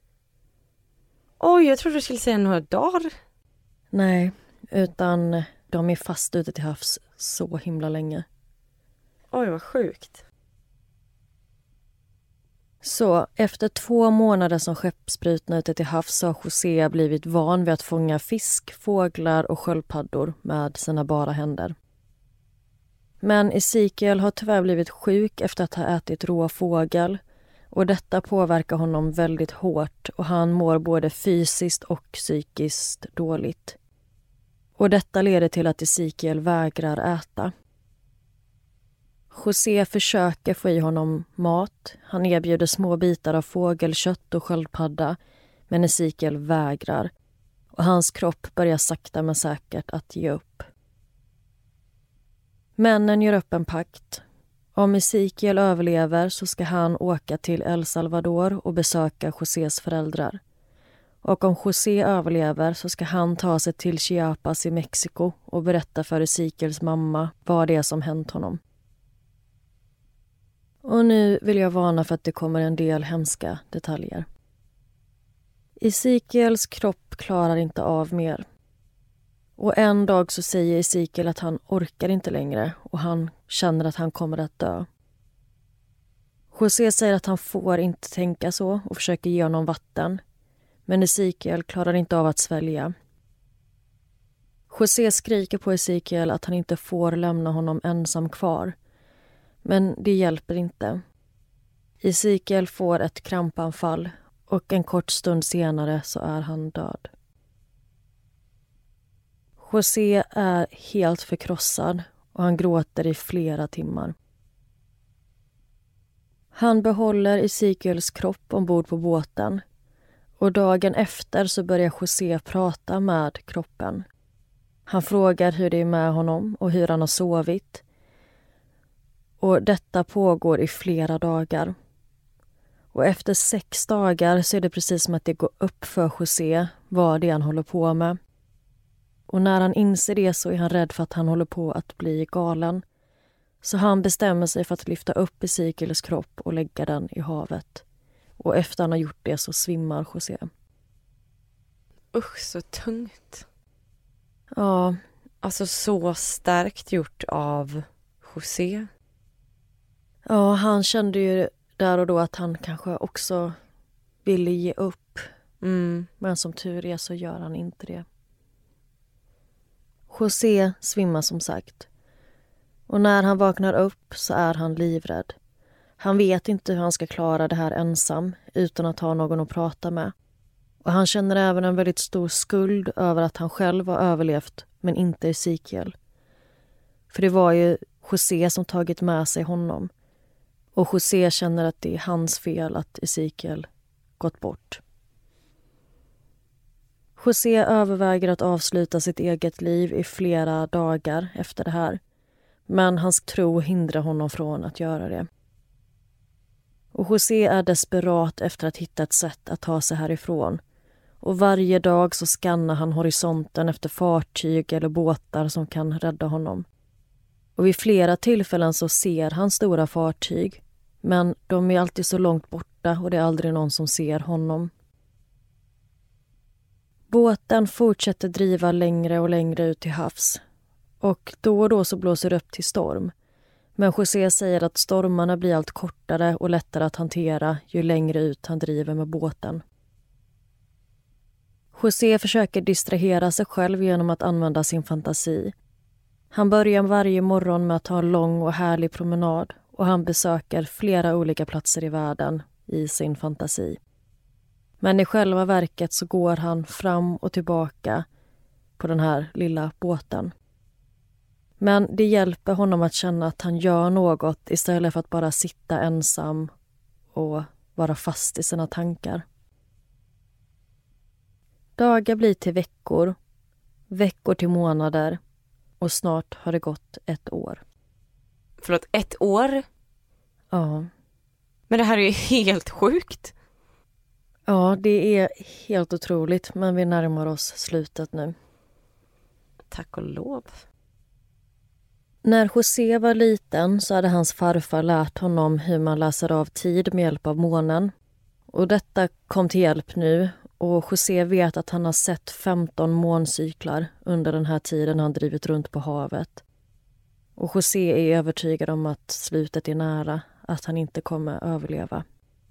Oj, jag trodde du skulle säga några dagar. Nej, utan de är fast ute till havs så himla länge. Oj, vad sjukt. Så efter två månader som skeppsbrutna ute till havs har José blivit van vid att fånga fisk, fåglar och sköldpaddor med sina bara händer. Men Ezekiel har tyvärr blivit sjuk efter att ha ätit rå fågel och detta påverkar honom väldigt hårt och han mår både fysiskt och psykiskt dåligt. Och detta leder till att Ezekiel vägrar äta. José försöker få i honom mat. Han erbjuder små bitar av fågelkött och sköldpadda, men Ezekiel vägrar och hans kropp börjar sakta men säkert att ge upp. Männen gör upp en pakt. Om Ezekiel överlever så ska han åka till El Salvador och besöka Josés föräldrar. Och om José överlever så ska han ta sig till Chiapas i Mexiko och berätta för Ezekiels mamma vad det är som hänt honom. Och nu vill jag varna för att det kommer en del hemska detaljer. Ezekiels kropp klarar inte av mer. Och en dag så säger Ezekiel att han orkar inte längre och han känner att han kommer att dö. José säger att han får inte tänka så och försöker ge honom vatten. Men Ezekiel klarar inte av att svälja. José skriker på Ezekiel att han inte får lämna honom ensam kvar. Men det hjälper inte. Ezekiel får ett krampanfall och en kort stund senare så är han död. José är helt förkrossad och han gråter i flera timmar. Han behåller Ezekiels kropp ombord på båten och dagen efter så börjar José prata med kroppen. Han frågar hur det är med honom och hur han har sovit. Och detta pågår i flera dagar. Och efter sex dagar så är det precis som att det går upp för José vad det är han håller på med. Och när han inser det så är han rädd för att han håller på att bli galen. Så han bestämmer sig för att lyfta upp Ezekiels kropp och lägga den i havet. Och efter han har gjort det så svimmar José. Usch, så tungt. Ja. Alltså så starkt gjort av José. Ja, han kände ju där och då att han kanske också ville ge upp. Mm. Men som tur är så gör han inte det. José svimmar som sagt. Och när han vaknar upp så är han livrädd. Han vet inte hur han ska klara det här ensam utan att ha någon att prata med. Och han känner även en väldigt stor skuld över att han själv har överlevt men inte Ezekiel. För det var ju José som tagit med sig honom. Och José känner att det är hans fel att Ezekiel gått bort. José överväger att avsluta sitt eget liv i flera dagar efter det här. Men hans tro hindrar honom från att göra det. Och José är desperat efter att hitta ett sätt att ta sig härifrån. Och varje dag så skannar han horisonten efter fartyg eller båtar som kan rädda honom. Och vid flera tillfällen så ser han stora fartyg. Men de är alltid så långt borta och det är aldrig någon som ser honom. Båten fortsätter driva längre och längre ut till havs. Och då och då så blåser det upp till storm. Men José säger att stormarna blir allt kortare och lättare att hantera ju längre ut han driver med båten. José försöker distrahera sig själv genom att använda sin fantasi. Han börjar varje morgon med att ta en lång och härlig promenad och han besöker flera olika platser i världen i sin fantasi. Men i själva verket så går han fram och tillbaka på den här lilla båten. Men det hjälper honom att känna att han gör något istället för att bara sitta ensam och vara fast i sina tankar. Dagar blir till veckor, veckor till månader och snart har det gått ett år. Förlåt, ett år? Ja. Men det här är ju helt sjukt. Ja, det är helt otroligt, men vi närmar oss slutet nu. Tack och lov. När José var liten så hade hans farfar lärt honom hur man läser av tid med hjälp av månen. Och detta kom till hjälp nu och José vet att han har sett femton måncyklar under den här tiden han drivit runt på havet. Och José är övertygad om att slutet är nära, att han inte kommer överleva.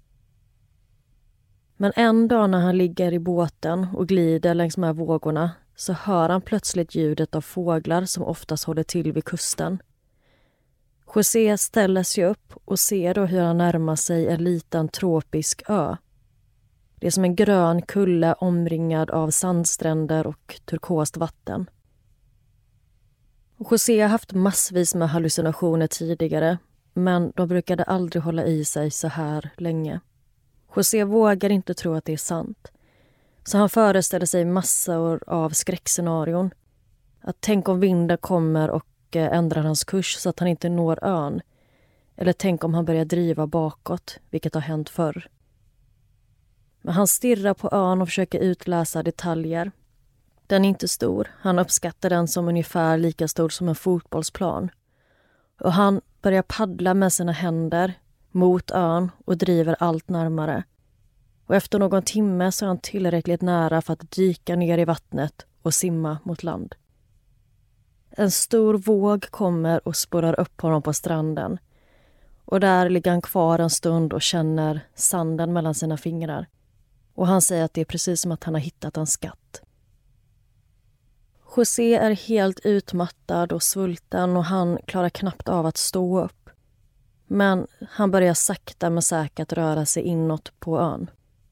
Men en dag när han ligger i båten och glider längs med vågorna så hör han plötsligt ljudet av fåglar som oftast håller till vid kusten. José ställer sig upp och ser då hur han närmar sig en liten tropisk ö. Det är som en grön kulle omringad av sandstränder och turkost vatten. José har haft massvis med hallucinationer tidigare, men de brukade aldrig hålla i sig så här länge. José vågar inte tro att det är sant. Så han föreställer sig massor av skräckscenarion. Att tänk om vinden kommer och ändrar hans kurs så att han inte når ön. Eller tänk om han börjar driva bakåt, vilket har hänt förr. Men han stirrar på ön och försöker utläsa detaljer. Den är inte stor. Han uppskattar den som ungefär lika stor som en fotbollsplan. Och han börjar paddla med sina händer mot ön och driver allt närmare. Och efter någon timme så är han tillräckligt nära för att dyka ner i vattnet och simma mot land. En stor våg kommer och spårar upp honom på stranden. Och där ligger han kvar en stund och känner sanden mellan sina fingrar. Och han säger att det är precis som att han har hittat en skatt. José är helt utmattad och svulten och han klarar knappt av att stå upp. Men han börjar sakta men säkert röra sig inåt på ön.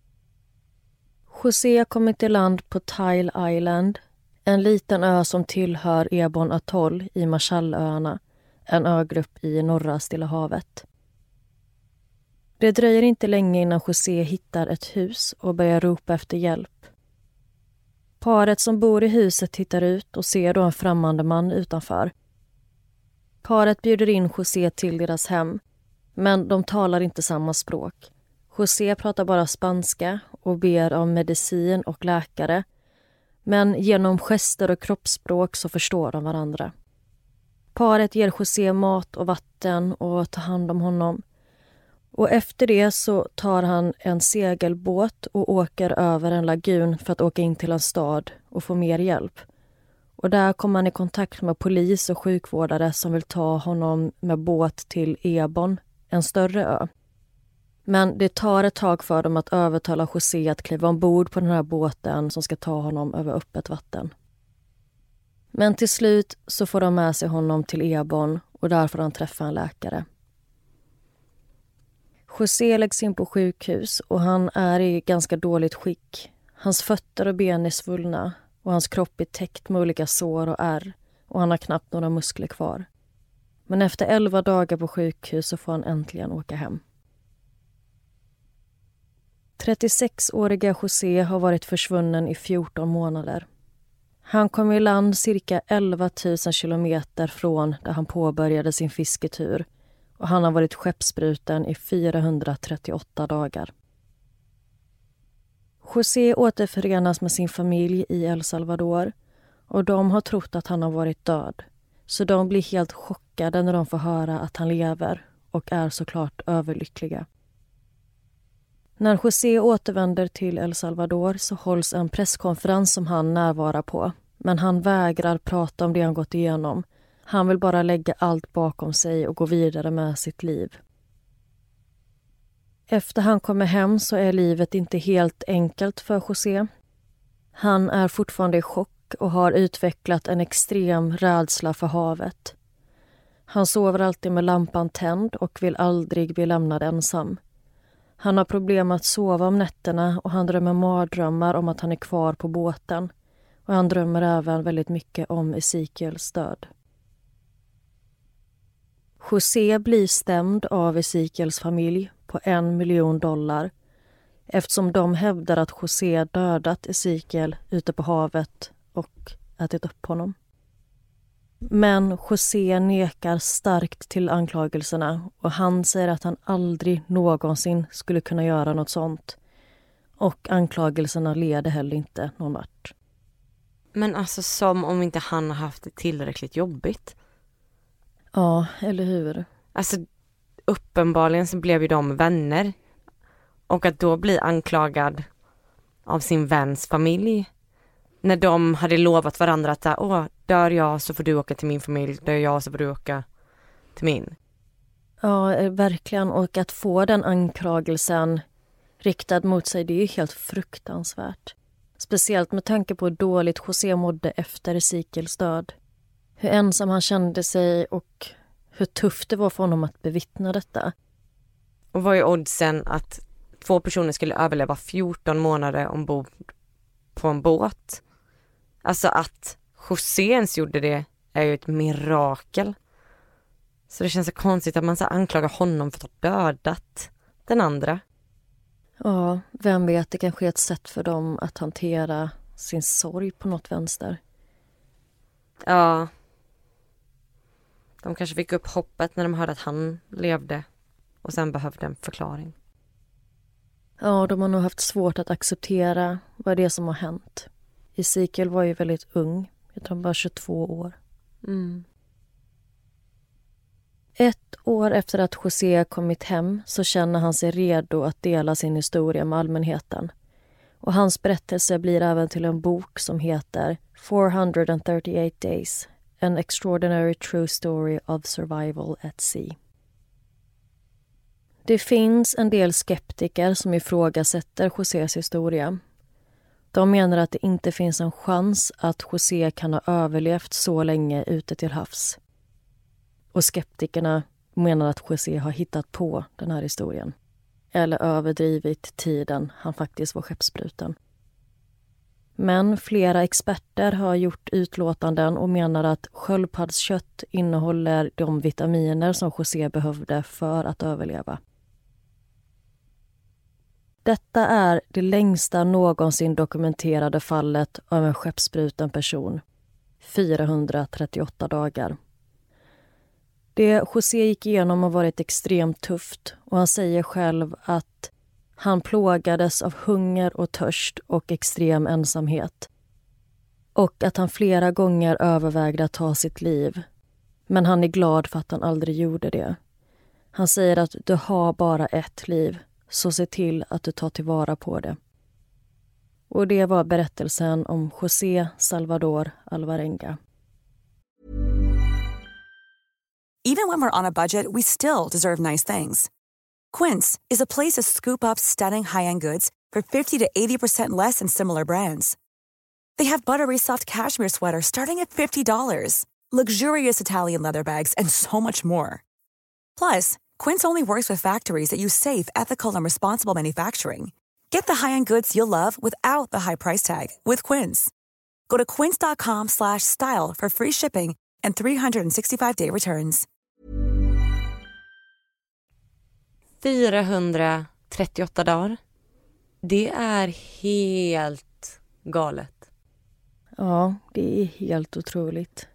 José kommer till land på Tile Island, en liten ö som tillhör Ebon Atoll i Marshallöarna, en ögrupp i norra Stilla havet. Det dröjer inte länge innan José hittar ett hus och börjar ropa efter hjälp. Paret som bor i huset tittar ut och ser då en främmande man utanför. Paret bjuder in José till deras hem, men de talar inte samma språk. José pratar bara spanska och ber om medicin och läkare, men genom gester och kroppsspråk så förstår de varandra. Paret ger José mat och vatten och tar hand om honom. Och efter det så tar han en segelbåt och åker över en lagun för att åka in till en stad och få mer hjälp. Och där kommer han i kontakt med polis och sjukvårdare som vill ta honom med båt till Ebon, en större ö. Men det tar ett tag för dem att övertala José att kliva ombord på den här båten som ska ta honom över öppet vatten. Men till slut så får de med sig honom till Ebon och där får han träffa en läkare. José läggs in på sjukhus och han är i ganska dåligt skick. Hans fötter och ben är svullna och hans kropp är täckt med olika sår och ärr och han har knappt några muskler kvar. Men efter elva dagar på sjukhus så får han äntligen åka hem. trettiosexåriga José har varit försvunnen i fjorton månader. Han kom i land cirka elva tusen kilometer från där han påbörjade sin fisketur och han har varit skeppsbruten i fyrahundratrettioåtta dagar. José återförenas med sin familj i El Salvador och de har trott att han har varit död. Så de blir helt chockade när de får höra att han lever och är såklart överlyckliga. När José återvänder till El Salvador så hålls en presskonferens som han närvarar på. Men han vägrar prata om det han gått igenom. Han vill bara lägga allt bakom sig och gå vidare med sitt liv. Efter han kommer hem så är livet inte helt enkelt för José. Han är fortfarande i chock och har utvecklat en extrem rädsla för havet. Han sover alltid med lampan tänd och vill aldrig bli lämnad ensam. Han har problem att sova om nätterna och han drömmer mardrömmar om att han är kvar på båten. Och han drömmer även väldigt mycket om Ezekiels död. José blir stämd av Ezekiels familj på en miljon dollar eftersom de hävdar att José dödat Ezekiel ute på havet och ätit upp honom. Men José nekar starkt till anklagelserna och han säger att han aldrig någonsin skulle kunna göra något sånt. Och anklagelserna leder heller inte någon vart. Men alltså som om inte han har haft det tillräckligt jobbigt. Ja, eller hur? Alltså uppenbarligen så blev ju de vänner. Och att då bli anklagad av sin väns familj. När de hade lovat varandra att åh, dör jag så får du åka till min familj. Dör jag så får du åka till min. Ja, verkligen. Och att få den anklagelsen riktad mot sig, det är ju helt fruktansvärt. Speciellt med tanke på hur dåligt José mådde efter Ezekiels död. Hur ensam han kände sig och hur tufft det var för honom att bevittna detta. Och vad är oddsen att två personer skulle överleva fjorton månader ombord på en båt? Alltså att José ens gjorde det är ju ett mirakel. Så det känns så konstigt att man så anklagar honom för att ha dödat den andra. Ja, vem vet, det kanske är ett sätt för dem att hantera sin sorg på något vänster. Ja. De kanske fick upp hoppet när de hörde att han levde och sen behövde en förklaring. Ja, de har nog haft svårt att acceptera vad det är som har hänt. Ezekiel var ju väldigt ung. Jag tror han var tjugotvå år. Mm. Ett år efter att José kommit hem så känner han sig redo att dela sin historia med allmänheten. Och hans berättelse blir även till en bok som heter four hundred thirty-eight days, An Extraordinary True Story of Survival at Sea. Det finns en del skeptiker som ifrågasätter Josés historia. De menar att det inte finns en chans att José kan ha överlevt så länge ute till havs. Och skeptikerna menar att José har hittat på den här historien. Eller överdrivit tiden han faktiskt var skeppsbruten. Men flera experter har gjort utlåtanden och menar att sköldpaddskött innehåller de vitaminer som José behövde för att överleva. Detta är det längsta någonsin dokumenterade fallet av en skeppsbruten person. fyrahundratrettioåtta dagar. Det José gick igenom har varit extremt tufft och han säger själv att han plågades av hunger och törst och extrem ensamhet. Och att han flera gånger övervägde att ta sitt liv. Men han är glad för att han aldrig gjorde det. Han säger att du har bara ett liv, så se till att du tar tillvara på det. Och det var berättelsen om José Salvador Alvarenga. Even when we're on a budget, we still deserve nice things. Quince is a place to scoop up stunning high-end goods for fifty to eighty percent less than similar brands. They have buttery soft cashmere sweaters starting at fifty dollars, luxurious Italian leather bags, and so much more. Plus, Quince only works with factories that use safe, ethical, and responsible manufacturing. Get the high-end goods you'll love without the high price tag with Quince. Go to quince.com slash style for free shipping and three hundred sixty-five day returns. fyrahundratrettioåtta dagar. Det är helt galet. Ja, det är helt otroligt.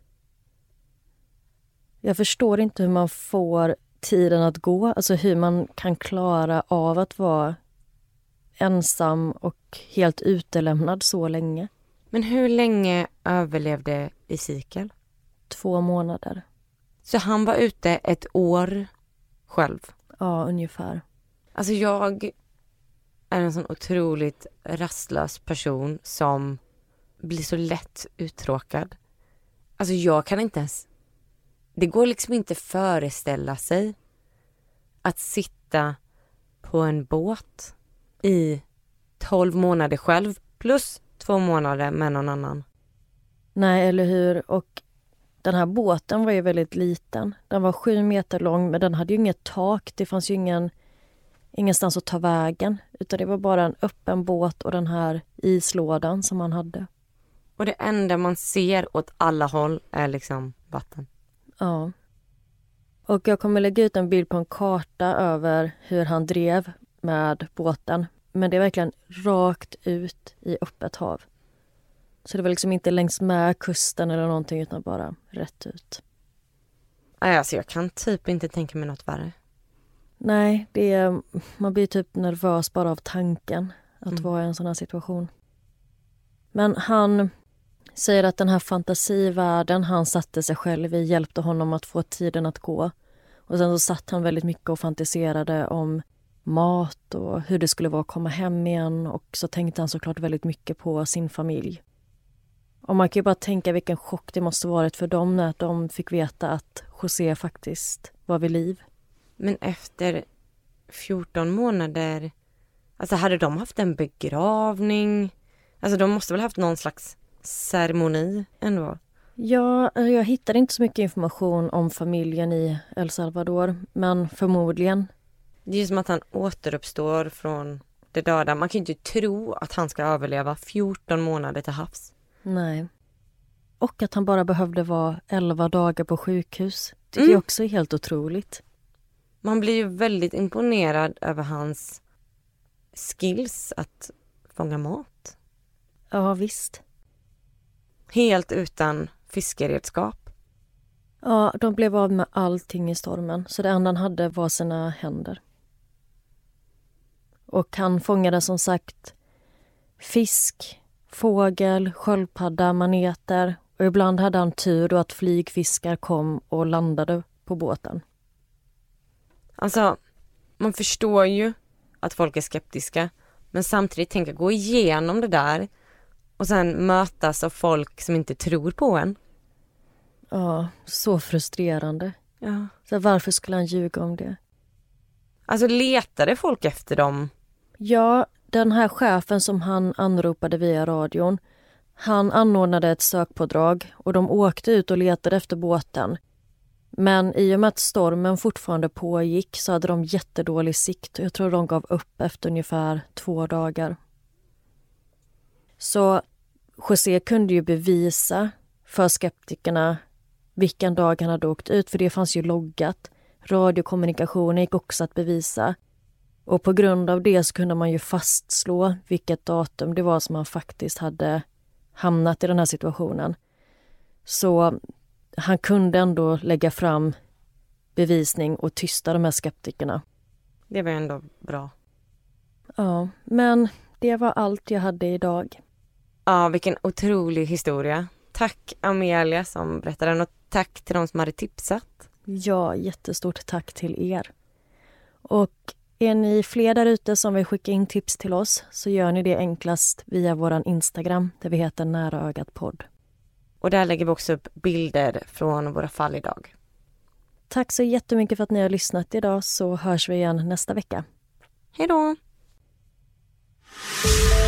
Jag förstår inte hur man får tiden att gå. Alltså hur man kan klara av att vara ensam och helt utelämnad så länge. Men hur länge överlevde Ezekiel? Två månader. Så han var ute ett år själv? Ja, ungefär. Alltså jag är en sån otroligt rastlös person som blir så lätt uttråkad. Alltså jag kan inte ens... Det går liksom inte föreställa sig att sitta på en båt i tolv månader själv plus två månader med någon annan. Nej, eller hur? Och den här båten var ju väldigt liten. Den var sju meter lång, men den hade ju inget tak. Det fanns ju ingen, ingenstans att ta vägen. Utan det var bara en öppen båt och den här islådan som man hade. Och det enda man ser åt alla håll är liksom vatten. Ja. Och jag kommer lägga ut en bild på en karta över hur han drev med båten. Men det är verkligen rakt ut i öppet hav. Så det var liksom inte längs med kusten eller någonting utan bara rätt ut. Alltså jag kan typ inte tänka mig något värre. Nej, det är, man blir typ nervös bara av tanken att mm. vara i en sån här situation. Men han säger att den här fantasivärlden han satte sig själv i hjälpte honom att få tiden att gå. Och sen så satt han väldigt mycket och fantiserade om mat och hur det skulle vara att komma hem igen. Och så tänkte han såklart väldigt mycket på sin familj. Och man kan ju bara tänka vilken chock det måste varit för dem när de fick veta att José faktiskt var vid liv. Men efter fjorton månader, alltså hade de haft en begravning? Alltså de måste väl haft någon slags ceremoni ändå? Ja, jag hittade inte så mycket information om familjen i El Salvador, men förmodligen. Det är ju som att han återuppstår från det döda. Man kan ju inte tro att han ska överleva fjorton månader till havs. Nej. Och att han bara behövde vara elva dagar på sjukhus. Det är Mm. också helt otroligt. Man blir ju väldigt imponerad över hans skills att fånga mat. Ja, visst. Helt utan fiskeredskap. Ja, de blev av med allting i stormen. Så det enda han hade var sina händer. Och han fångade som sagt fisk, fågel, sköldpadda, maneter. Och ibland hade han tur då att flygfiskar kom och landade på båten. Alltså, man förstår ju att folk är skeptiska. Men samtidigt tänka gå igenom det där och sen mötas av folk som inte tror på en. Ja, så frustrerande. Ja. Så varför skulle han ljuga om det? Alltså letade folk efter dem? Ja, den här chefen som han anropade via radion, han anordnade ett sökpådrag och de åkte ut och letade efter båten. Men i och med att stormen fortfarande pågick så hade de jättedålig sikt och jag tror de gav upp efter ungefär två dagar. Så José kunde ju bevisa för skeptikerna vilken dag han hade åkt ut, för det fanns ju loggat. Radiokommunikationen gick också att bevisa. Och på grund av det så kunde man ju fastslå vilket datum det var som han faktiskt hade hamnat i den här situationen. Så han kunde ändå lägga fram bevisning och tysta de här skeptikerna. Det var ändå bra. Ja, men det var allt jag hade idag. Ja, vilken otrolig historia. Tack Amelia som berättade den och tack till de som hade tipsat. Ja, jättestort tack till er. Och är ni fler där ute som vill skicka in tips till oss så gör ni det enklast via våran Instagram där vi heter Nära ögat podd. Och där lägger vi också upp bilder från våra fall idag. Tack så jättemycket för att ni har lyssnat idag, så hörs vi igen nästa vecka. Hej då!